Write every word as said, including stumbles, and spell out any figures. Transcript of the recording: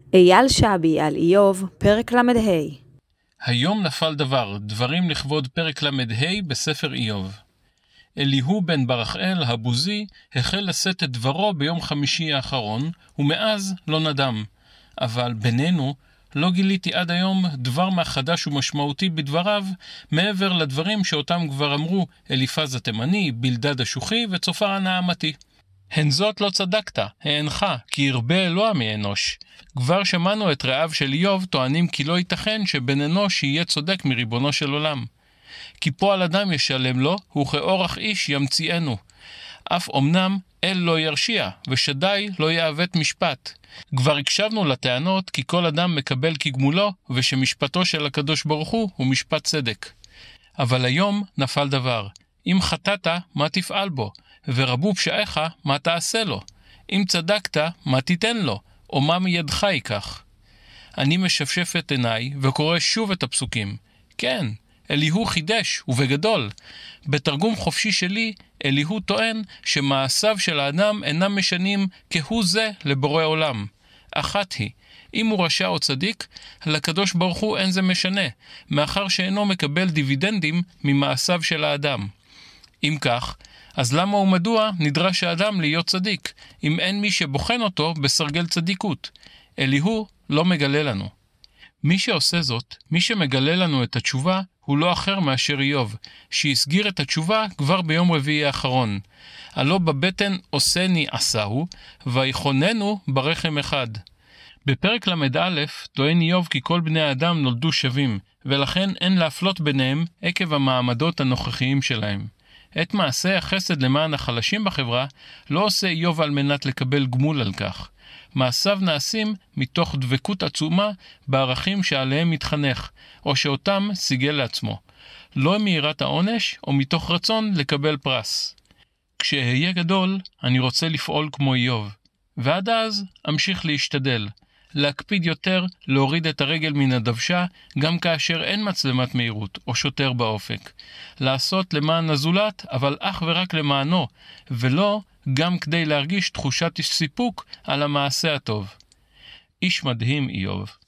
אייל שבי על איוב, פרק למד ה'. היום נפל דבר, דברים לכבוד פרק למד ה' בספר איוב. אליהו בן ברכאל הבוזי החל לשאת את דברו ביום חמישי האחרון, ומאז לא נדם. אבל בינינו לא גיליתי עד היום דבר מה חדש ומשמעותי בדבריו, מעבר לדברים שאותם כבר אמרו אליפז התימני, בלדד השוחי וצופר הנעמתי. הן זאת לא צדקת, הענך, כי ירבה אלוה מאנוש. כבר שמענו את רעיו של איוב טוענים כי לא ייתכן שבן אנוש יהיה צודק מריבונו של עולם. כי פועל אדם ישלם לו, וכאורח איש ימציאנו. אף אמנם אל לא ירשיע, ושדי לא יעוות משפט. כבר הקשבנו לטענות כי כל אדם מקבל כגמולו, ושמשפטו של הקדוש ברוך הוא הוא משפט צדק. אבל היום נפל דבר. אם חטאת, מה תפעל בו? ורבו פשעיך, מה תעשה לו? אם צדקת, מה תיתן לו? או מה מידך ייקח? אני משפשף את עיניי וקורא שוב את הפסוקים. כן, אליהו חידש, ובגדול. בתרגום חופשי שלי, אליהו טוען שמעשיו של האדם אינם משנים כהוא זה לבורא עולם. אחת היא, אם הוא רשע או צדיק, לקדוש ברוך הוא אין זה משנה, מאחר שאינו מקבל דיבידנדים ממעשיו של האדם. אם כך, אז למה ומדוע נדרש האדם להיות צדיק, אם אין מי שבוחן אותו בסרגל צדיקות? אליהו לא מגלה לנו. מי שעושה זאת, מי שמגלה לנו את התשובה, הוא לא אחר מאשר איוב, שהסגיר את התשובה כבר ביום רביעי האחרון. הלא בבטן עושני עשהו, ויחוננו ברחם אחד. בפרק למד א' טוען איוב כי כל בני האדם נולדו שווים, ולכן אין להפלות ביניהם עקב המעמדות הנוכחיים שלהם. את מעשה החסד למען החלשים בחברה לא עושה איוב על מנת לקבל גמול על כך. מעשיו נעשים מתוך דבקות עצומה בערכים שעליהם מתחנך, או שאותם סיגל לעצמו. לא מיראת העונש או מתוך רצון לקבל פרס. כשאהיה גדול, אני רוצה לפעול כמו איוב. ועד אז אמשיך להשתדל. להקפיד יותר, להוריד את הרגל מן הדוושה, גם כאשר אין מצלמת מהירות או שוטר באופק. לעשות למען הזולת, אבל אך ורק למענו, ולא גם כדי להרגיש תחושת סיפוק על המעשה הטוב. איש מדהים איוב.